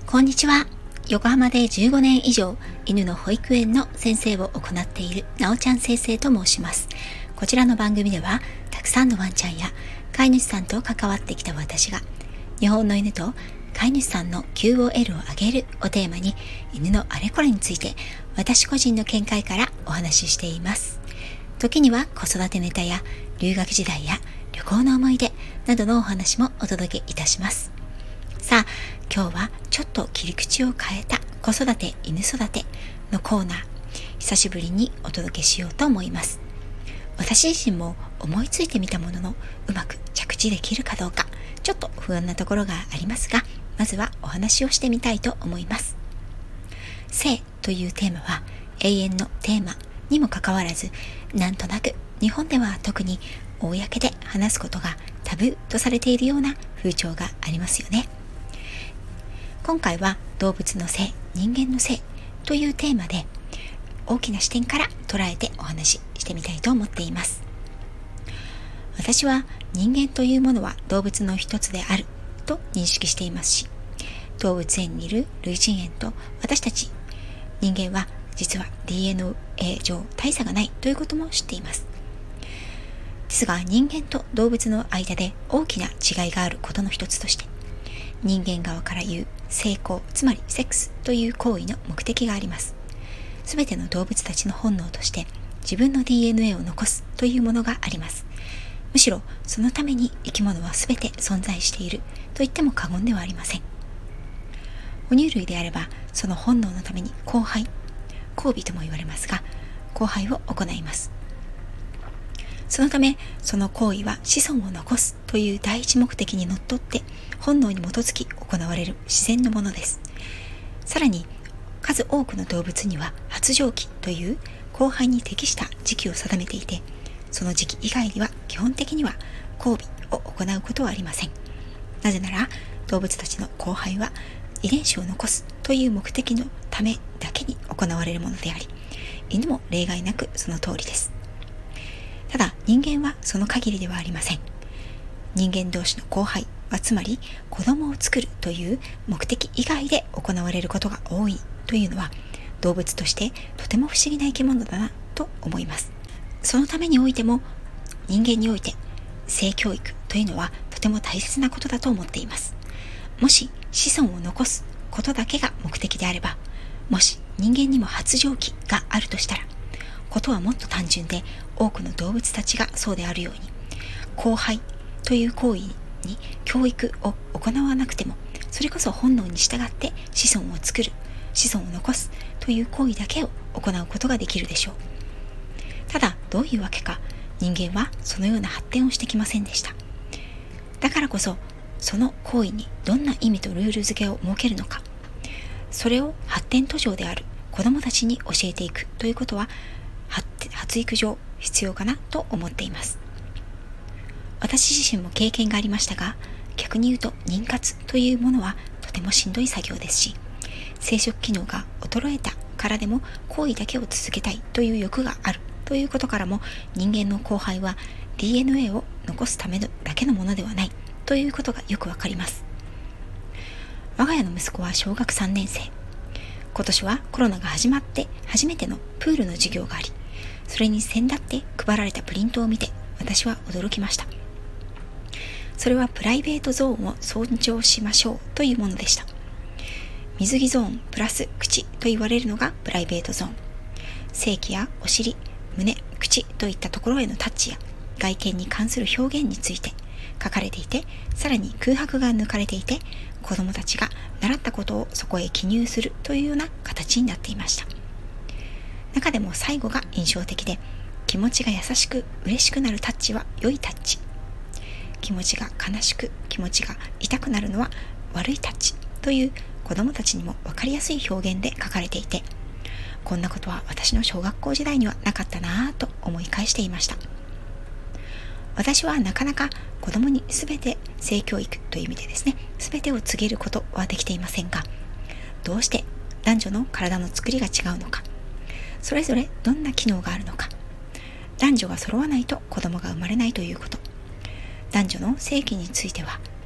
こんにちは。横浜で15年以上犬の保育園の先生を行っているなおちゃん先生と申します。こちらの番組ではたくさんのワンちゃんや飼い主さんと関わってきた私が日本の犬と飼い主さんの QOL を上げるをテーマに犬のあれこれについて私個人の見解からお話ししています。時には子育てネタや留学時代や旅行の思い出などのお話もお届けいたします。さあ、今日はちょっと切り口を変えた子育て犬育てのコーナー、久しぶりにお届けしようと思います。私自身も思いついてみたもののうまく着地できるかどうかちょっと不安なところがありますが、まずはお話をしてみたいと思います。性というテーマは永遠のテーマにもかかわらず、なんとなく日本では特に公で話すことがタブーとされているような風潮がありますよね。今回は動物の性、人間の性というテーマで大きな視点から捉えてお話ししてみたいと思っています。私は人間というものは動物の一つであると認識していますし、動物園にいる類人猿と私たち人間は実は DNA 上大差がないということも知っています。ですが人間と動物の間で大きな違いがあることの一つとして、人間側から言う性交、つまりセックスという行為の目的があります。すべての動物たちの本能として自分の DNA を残すというものがあります。むしろそのために生き物はすべて存在していると言っても過言ではありません。哺乳類であればその本能のために交配、交尾とも言われますが、交配を行います。そのためその行為は子孫を残すという第一目的にのっとって本能に基づき行われる自然のものです。さらに数多くの動物には発情期という交配に適した時期を定めていて、その時期以外には基本的には交尾を行うことはありません。なぜなら動物たちの交配は遺伝子を残すという目的のためだけに行われるものであり、犬も例外なくその通りです。ただ人間はその限りではありません。人間同士の交配はつまり子供を作るという目的以外で行われることが多いというのは、動物としてとても不思議な生き物だなと思います。そのためにおいても人間において性教育というのはとても大切なことだと思っています。もし子孫を残すことだけが目的であれば、もし人間にも発情期があるとしたら、ことはもっと単純で多くの動物たちがそうであるように、交配という行為に教育を行わなくても、それこそ本能に従って子孫を作る、子孫を残すという行為だけを行うことができるでしょう。ただどういうわけか人間はそのような発展をしてきませんでした。だからこそその行為にどんな意味とルール付けを設けるのか、それを発展途上である子どもたちに教えていくということは発育上必要かなと思っています。私自身も経験がありましたが、逆に言うと妊活というものはとてもしんどい作業ですし、生殖機能が衰えたからでも行為だけを続けたいという欲があるということからも、人間の交配は DNA を残すためだけのものではないということがよくわかります。我が家の息子は小学3年生。今年はコロナが始まって初めてのプールの授業があり、それに先立って配られたプリントを見て私は驚きました。それはプライベートゾーンを尊重しましょうというものでした。水着ゾーンプラス口と言われるのがプライベートゾーン。性器やお尻、胸、口といったところへのタッチや外見に関する表現について書かれていて、さらに空白が抜かれていて、子どもたちが習ったことをそこへ記入するというような形になっていました。中でも最後が印象的で、気持ちが優しく嬉しくなるタッチは良いタッチ、気持ちが悲しく気持ちが痛くなるのは悪いタッチという子どもたちにも分かりやすい表現で書かれていて、こんなことは私の小学校時代にはなかったなぁと思い返していました。私はなかなか子供に全て性教育という意味でですね、全てを告げることはできていませんが、どうして男女の体の作りが違うのか、それぞれどんな機能があるのか、男女が揃わないと子供が生まれないということ、男女の性器については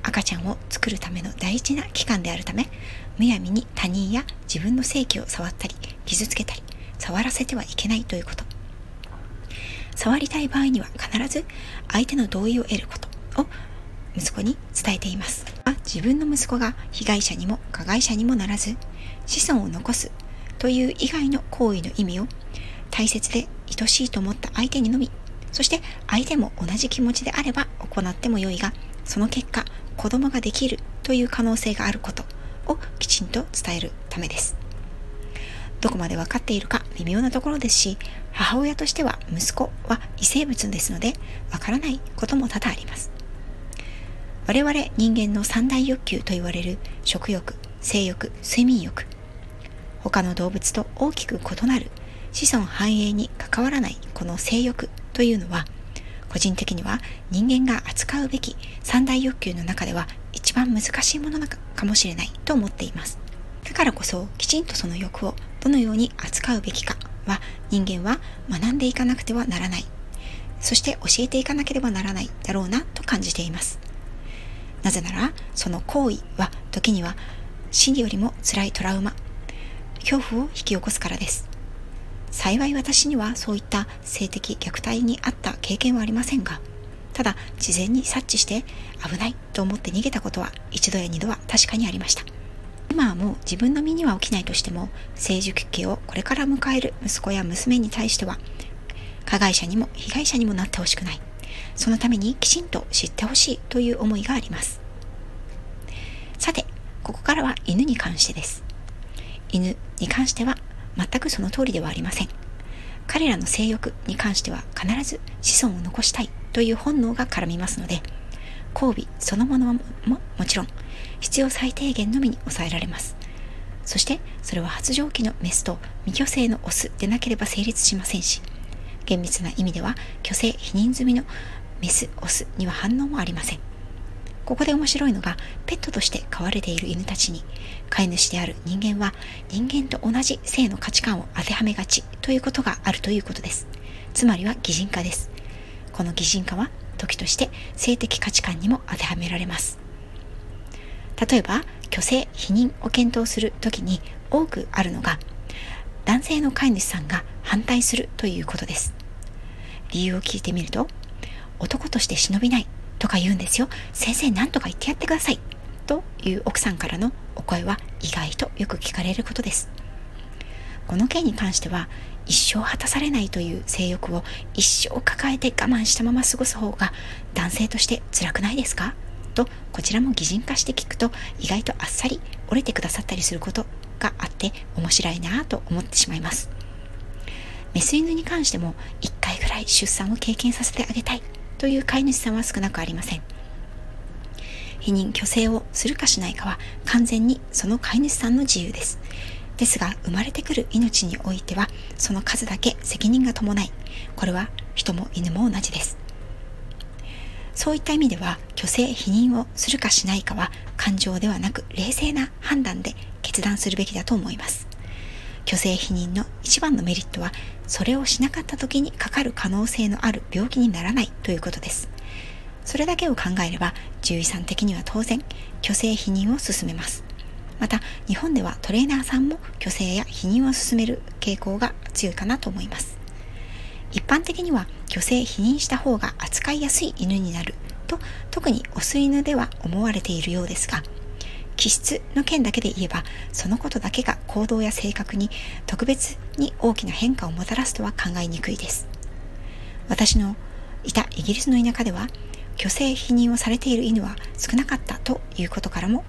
赤ちゃんを作るための大事な期間であるため、むやみに他人や自分の性器を触ったり傷つけたり触らせてはいけないということ。触りたい場合には必ず相手の同意を得ることを息子に伝えています。自分の息子が被害者にも加害者にもならず子孫を残すという以外の行為の意味を大切で愛しいと思った相手にのみ、そして相手も同じ気持ちであれば行ってもよいが、その結果子供ができるという可能性があることをきちんと伝えるためです。どこまで分かっているか微妙なところですし、母親としては息子は異生物ですので分からないことも多々あります。我々人間の三大欲求と言われる食欲、性欲、睡眠欲、他の動物と大きく異なる子孫繁栄に関わらないこの性欲というのは、個人的には人間が扱うべき三大欲求の中では一番難しいものかもしれないと思っています。だからこそきちんとその欲をどのように扱うべきかは人間は学んでいかなくてはならない、そして教えていかなければならないだろうなと感じています。なぜならその行為は時には死よりも辛いトラウマ、恐怖を引き起こすからです。幸い私にはそういった性的虐待にあった経験はありませんが、ただ事前に察知して危ないと思って逃げたことは一度や二度は確かにありました。今はもう自分の身には起きないとしても、成熟期をこれから迎える息子や娘に対しては加害者にも被害者にもなってほしくない、そのためにきちんと知ってほしいという思いがあります。さて、ここからは犬に関してです。犬に関しては全くその通りではありません。彼らの性欲に関しては必ず子孫を残したいという本能が絡みますので、交尾そのものももちろん必要最低限のみに抑えられます。そしてそれは発情期のメスと未去勢のオスでなければ成立しませんし、厳密な意味では去勢避妊済みのメスオスには反応もありません。ここで面白いのが、ペットとして飼われている犬たちに飼い主である人間は人間と同じ性の価値観を当てはめがちということがあるということです。つまりは擬人化です。この擬人化は時として性的価値観にも当てはめられます。例えば去勢避妊を検討するときに多くあるのが、男性の飼い主さんが反対するということです。理由を聞いてみると、男として忍びないとか言うんですよ、先生何とか言ってやってくださいという奥さんからのお声は意外とよく聞かれることです。この件に関しては、一生果たされないという性欲を一生抱えて我慢したまま過ごす方が男性として辛くないですかと、こちらも擬人化して聞くと意外とあっさり折れてくださったりすることがあって面白いなぁと思ってしまいます。メス犬に関しても1回ぐらい出産を経験させてあげたいという飼い主さんは少なくありません。避妊去勢をするかしないかは完全にその飼い主さんの自由です。ですが生まれてくる命においてはその数だけ責任が伴い、これは人も犬も同じです。そういった意味では去勢避妊をするかしないかは感情ではなく冷静な判断で決断するべきだと思います。去勢避妊の一番のメリットは、それをしなかった時にかかる可能性のある病気にならないということです。それだけを考えれば獣医さん的には当然去勢避妊を進めます。また日本ではトレーナーさんも去勢や避妊を進める傾向が強いかなと思います。一般的には去勢避妊した方が扱いやすい犬になると特にオス犬では思われているようですが、気質の件だけで言えばそのことだけが行動や性格に特別に大きな変化をもたらすとは考えにくいです。私のいたイギリスの田舎では去勢避妊をされている犬は少なかったということからも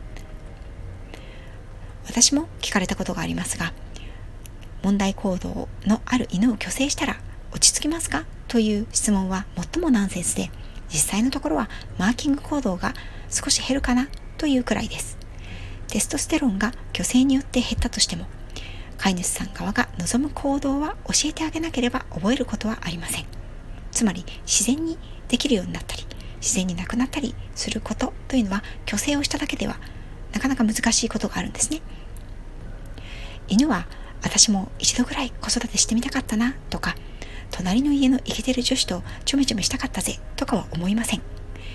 私も聞かれたことがありますが、問題行動のある犬を去勢したら落ち着きますかという質問は最もナンセンスで、実際のところはマーキング行動が少し減るかなというくらいです。テストステロンが去勢によって減ったとしても、飼い主さん側が望む行動は教えてあげなければ覚えることはありません。つまり自然にできるようになったり自然になくなったりすることというのは去勢をしただけではなかなか難しいことがあるんですね。犬は私も一度ぐらい子育てしてみたかったなとか、隣の家のイケてる女子とちょめちょめしたかったぜとかは思いません。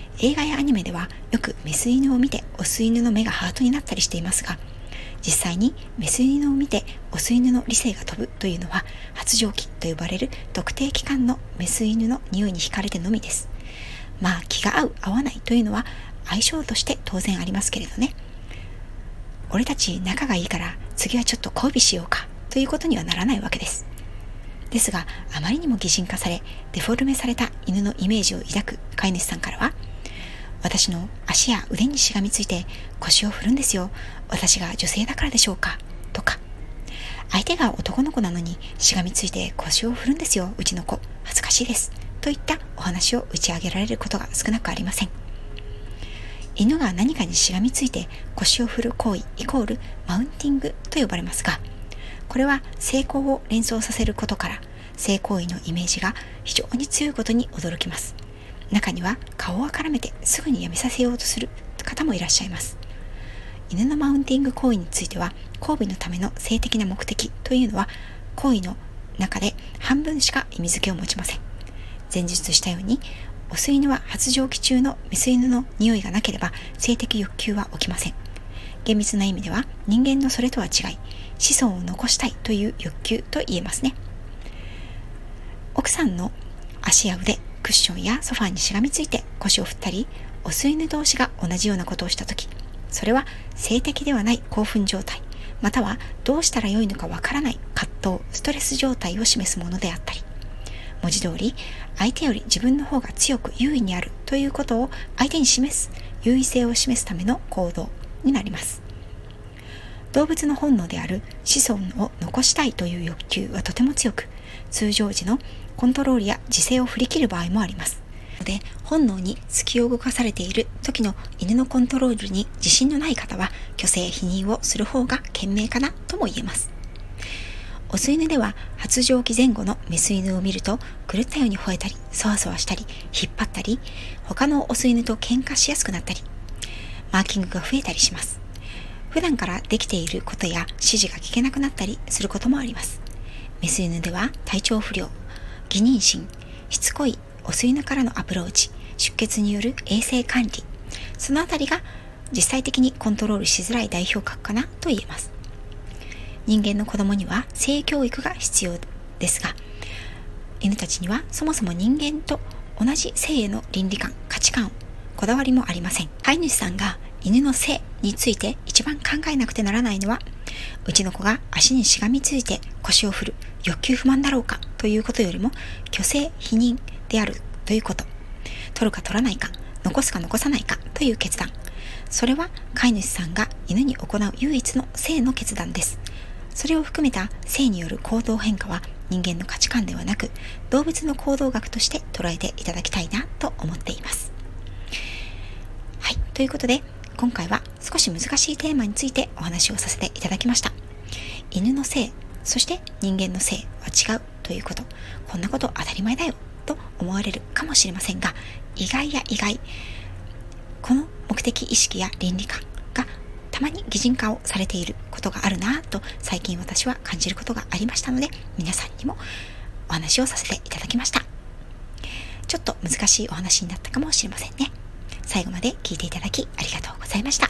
映画やアニメではよくメス犬を見てオス犬の目がハートになったりしていますが、実際にメス犬を見てオス犬の理性が飛ぶというのは、発情期と呼ばれる特定期間のメス犬の匂いに惹かれてのみです。まあ気が合う合わないというのは相性として当然ありますけれどね。俺たち仲がいいから次はちょっと交尾しようかということにはならないわけです。ですが、あまりにも擬人化されデフォルメされた犬のイメージを抱く飼い主さんからは、私の足や腕にしがみついて腰を振るんですよ、私が女性だからでしょうか、とか、相手が男の子なのにしがみついて腰を振るんですよ、うちの子恥ずかしいです、といったお話を打ち上げられることが少なくありません。犬が何かにしがみついて腰を振る行為イコールマウンティングと呼ばれますが、これは性交を連想させることから性行為のイメージが非常に強いことに驚きます。中には顔を絡めてすぐにやめさせようとする方もいらっしゃいます。犬のマウンティング行為については、交尾のための性的な目的というのは行為の中で半分しか意味付けを持ちません。前述したように、オス犬は発情期中のメス犬の匂いがなければ性的欲求は起きません。厳密な意味では人間のそれとは違い、子孫を残したいという欲求と言えますね。奥さんの足や腕、クッションやソファーにしがみついて腰を振ったり、オス犬同士が同じようなことをしたとき、それは性的ではない興奮状態、またはどうしたらよいのかわからない葛藤、ストレス状態を示すものであったり、文字通り相手より自分の方が強く優位にあるということを相手に示す、優位性を示すための行動になります。動物の本能である子孫を残したいという欲求はとても強く、通常時のコントロールや自制を振り切る場合もあります。で、本能に突き動かされている時の犬のコントロールに自信のない方は、虚勢否認をする方が賢明かなとも言えます。オス犬では発情期前後のメス犬を見ると狂ったように吠えたり、そわそわしたり、引っ張ったり、他のオス犬と喧嘩しやすくなったり、マーキングが増えたりします。普段からできていることや指示が聞けなくなったりすることもあります。メス犬では体調不良、偽妊娠、しつこいオス犬からのアプローチ、出血による衛生管理、そのあたりが実際的にコントロールしづらい代表格かなと言えます。人間の子供には性教育が必要ですが、犬たちにはそもそも人間と同じ性への倫理観、価値観、こだわりもありません。飼い主さんが犬の性について一番考えなくてならないのは、うちの子が足にしがみついて腰を振る、欲求不満だろうかということよりも、虚勢否認であるということ、取るか取らないか、残すか残さないかという決断、それは飼い主さんが犬に行う唯一の性の決断です。それを含めた性による行動変化は人間の価値観ではなく、動物の行動学として捉えていただきたいなと思っています。はい、ということで今回は少し難しいテーマについてお話をさせていただきました。犬の性、そして人間の性は違うということ、こんなこと当たり前だよと思われるかもしれませんが、意外や意外、この目的意識や倫理観がたまに擬人化をされていることがあるなと最近私は感じることがありましたので、皆さんにもお話をさせていただきました。ちょっと難しいお話になったかもしれませんね。最後まで聞いていただきありがとうございました。